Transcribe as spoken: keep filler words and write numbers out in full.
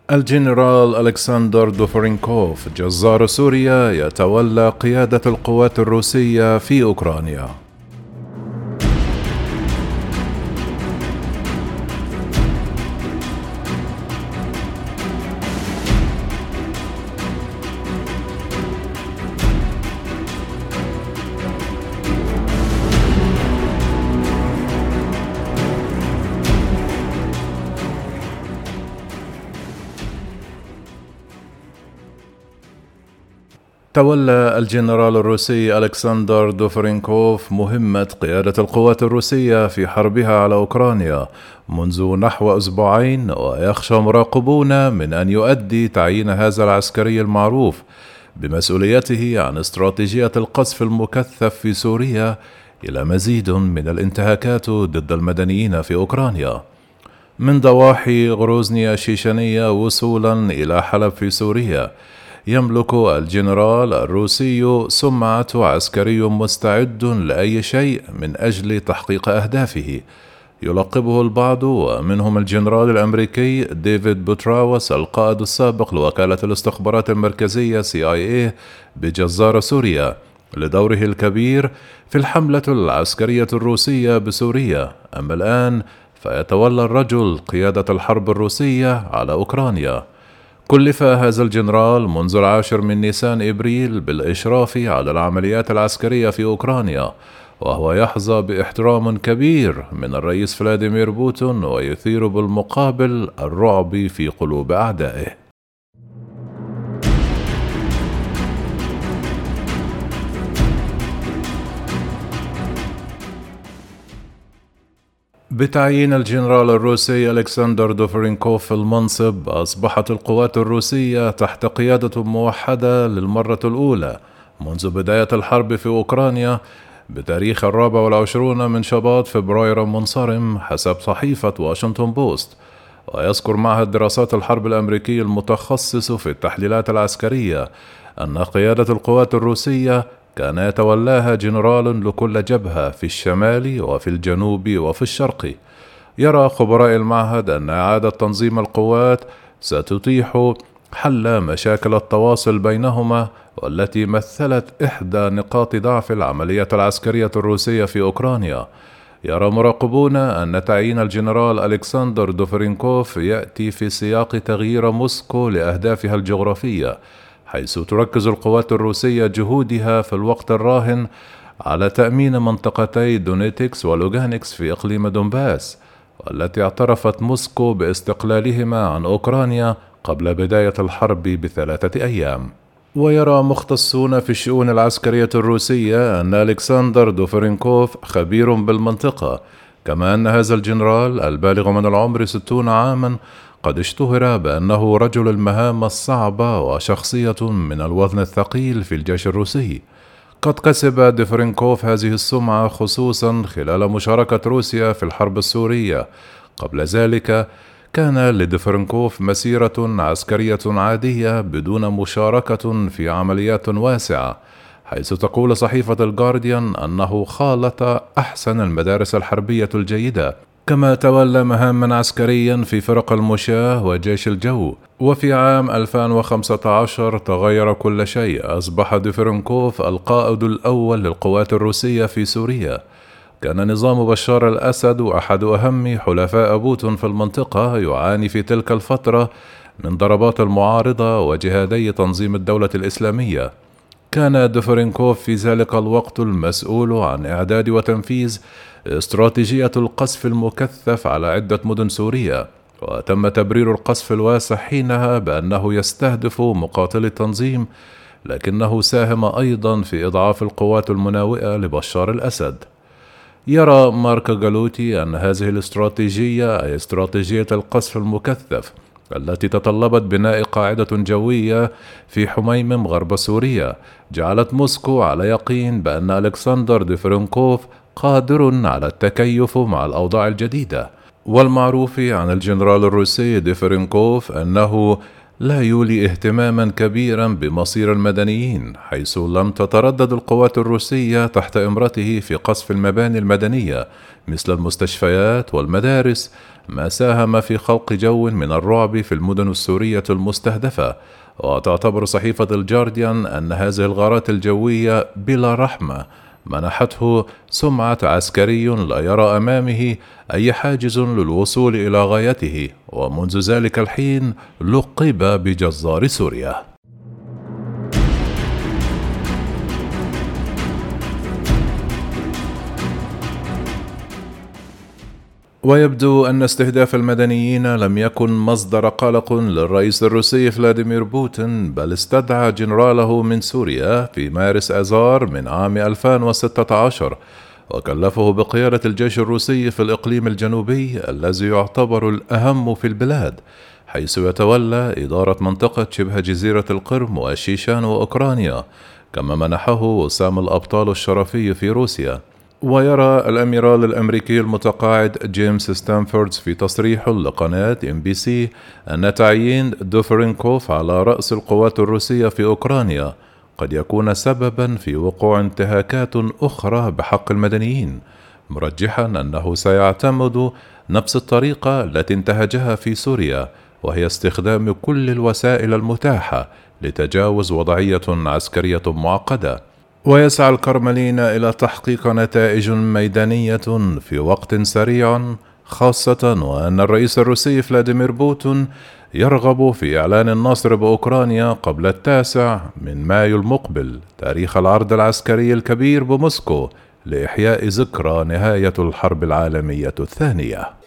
الجنرال ألكسندر دوفرينكوف جزار سوريا يتولى قيادة القوات الروسية في أوكرانيا. تولى الجنرال الروسي ألكسندر دوفرينكوف مهمة قيادة القوات الروسية في حربها على أوكرانيا منذ نحو أسبوعين، ويخشى مراقبون من أن يؤدي تعيين هذا العسكري المعروف بمسؤوليته عن استراتيجية القصف المكثف في سوريا إلى مزيد من الانتهاكات ضد المدنيين في أوكرانيا، من ضواحي غروزنيا الشيشانية وصولا إلى حلب في سوريا. يملك الجنرال الروسي سمعة عسكري مستعد لأي شيء من أجل تحقيق أهدافه. يلقبه البعض ومنهم الجنرال الأمريكي ديفيد بوتراوس القائد السابق لوكالة الاستخبارات المركزية سي آي إيه بجزار سوريا لدوره الكبير في الحملة العسكرية الروسية بسوريا. أما الآن فيتولى الرجل قيادة الحرب الروسية على أوكرانيا. كلف هذا الجنرال منذ العاشر من نيسان إبريل بالإشراف على العمليات العسكرية في أوكرانيا، وهو يحظى باحترام كبير من الرئيس فلاديمير بوتين، ويثير بالمقابل الرعب في قلوب أعدائه. بتعيين الجنرال الروسي ألكسندر دوفرينكوف في المنصب، أصبحت القوات الروسية تحت قيادة موحدة للمرة الأولى منذ بداية الحرب في أوكرانيا بتاريخ الرابع والعشرون من شباط فبراير المنصرم حسب صحيفة واشنطن بوست. ويذكر معهد دراسات الحرب الأمريكي المتخصص في التحليلات العسكرية أن قيادة القوات الروسية كان يتولاها جنرال لكل جبهة في الشمال وفي الجنوب وفي الشرق. يرى خبراء المعهد أن إعادة تنظيم القوات ستتيح حل مشاكل التواصل بينهما، والتي مثلت إحدى نقاط ضعف العملية العسكرية الروسية في أوكرانيا. يرى مراقبون أن تعيين الجنرال ألكسندر دوفرينكوف يأتي في سياق تغيير موسكو لأهدافها الجغرافية، حيث تركز القوات الروسية جهودها في الوقت الراهن على تأمين منطقتي دونيتكس ولوغانكس في إقليم دونباس، والتي اعترفت موسكو باستقلالهما عن أوكرانيا قبل بداية الحرب بثلاثة أيام. ويرى مختصون في الشؤون العسكرية الروسية أن ألكسندر دوفرينكوف خبير بالمنطقة، كما أن هذا الجنرال البالغ من العمر ستون عاما قد اشتهر بأنه رجل المهام الصعبة وشخصية من الوزن الثقيل في الجيش الروسي. قد كسب دوفرينكوف هذه السمعة خصوصا خلال مشاركة روسيا في الحرب السورية. قبل ذلك كان لدوفرينكوف مسيرة عسكرية عادية بدون مشاركة في عمليات واسعة، حيث تقول صحيفة الجارديان أنه خالط أحسن المدارس الحربية الجيدة، كما تولى مهاما عسكريا في فرق المشاة وجيش الجو. وفي عام ألفين وخمسة عشر تغير كل شيء، أصبح دوفرينكوف القائد الأول للقوات الروسية في سوريا. كان نظام بشار الأسد أحد أهم حلفاء بوتين في المنطقة يعاني في تلك الفترة من ضربات المعارضة وجهادي تنظيم الدولة الإسلامية. كان دوفرينكوف في ذلك الوقت المسؤول عن إعداد وتنفيذ استراتيجية القصف المكثف على عدة مدن سورية، وتم تبرير القصف الواسع حينها بأنه يستهدف مقاتلي التنظيم، لكنه ساهم أيضا في إضعاف القوات المناوئة لبشار الأسد. يرى مارك جالوتي أن هذه الاستراتيجية أي استراتيجية القصف المكثف التي تطلبت بناء قاعدة جوية في حميمم غرب سوريا جعلت موسكو على يقين بأن ألكسندر دوفرينكوف قادر على التكيف مع الأوضاع الجديدة. والمعروف عن الجنرال الروسي دوفرينكوف أنه لا يولي اهتماما كبيرا بمصير المدنيين، حيث لم تتردد القوات الروسية تحت إمرته في قصف المباني المدنية مثل المستشفيات والمدارس ما ساهم في خلق جو من الرعب في المدن السورية المستهدفة. وتعتبر صحيفة الجارديان أن هذه الغارات الجوية بلا رحمة منحته سمعة عسكري لا يرى أمامه أي حاجز للوصول إلى غايته، ومنذ ذلك الحين لقب بجزار سوريا. ويبدو أن استهداف المدنيين لم يكن مصدر قلق للرئيس الروسي فلاديمير بوتين، بل استدعى جنراله من سوريا في مارس آذار من عام ألفين وستة عشر وكلفه بقيادة الجيش الروسي في الإقليم الجنوبي الذي يعتبر الأهم في البلاد، حيث يتولى إدارة منطقة شبه جزيرة القرم والشيشان وأوكرانيا، كما منحه وسام الأبطال الشرفي في روسيا. ويرى الأميرال الأمريكي المتقاعد جيمس ستانفوردز في تصريح لقناة إم بي سي أن تعيين دوفرينكوف على رأس القوات الروسية في أوكرانيا قد يكون سببا في وقوع انتهاكات أخرى بحق المدنيين، مرجحا أنه سيعتمد نفس الطريقة التي انتهجها في سوريا، وهي استخدام كل الوسائل المتاحة لتجاوز وضعية عسكرية معقدة. ويسعى الكرملين إلى تحقيق نتائج ميدانية في وقت سريع، خاصة وأن الرئيس الروسي فلاديمير بوتين يرغب في إعلان النصر بأوكرانيا قبل التاسع من مايو المقبل، تاريخ العرض العسكري الكبير بموسكو لإحياء ذكرى نهاية الحرب العالمية الثانية.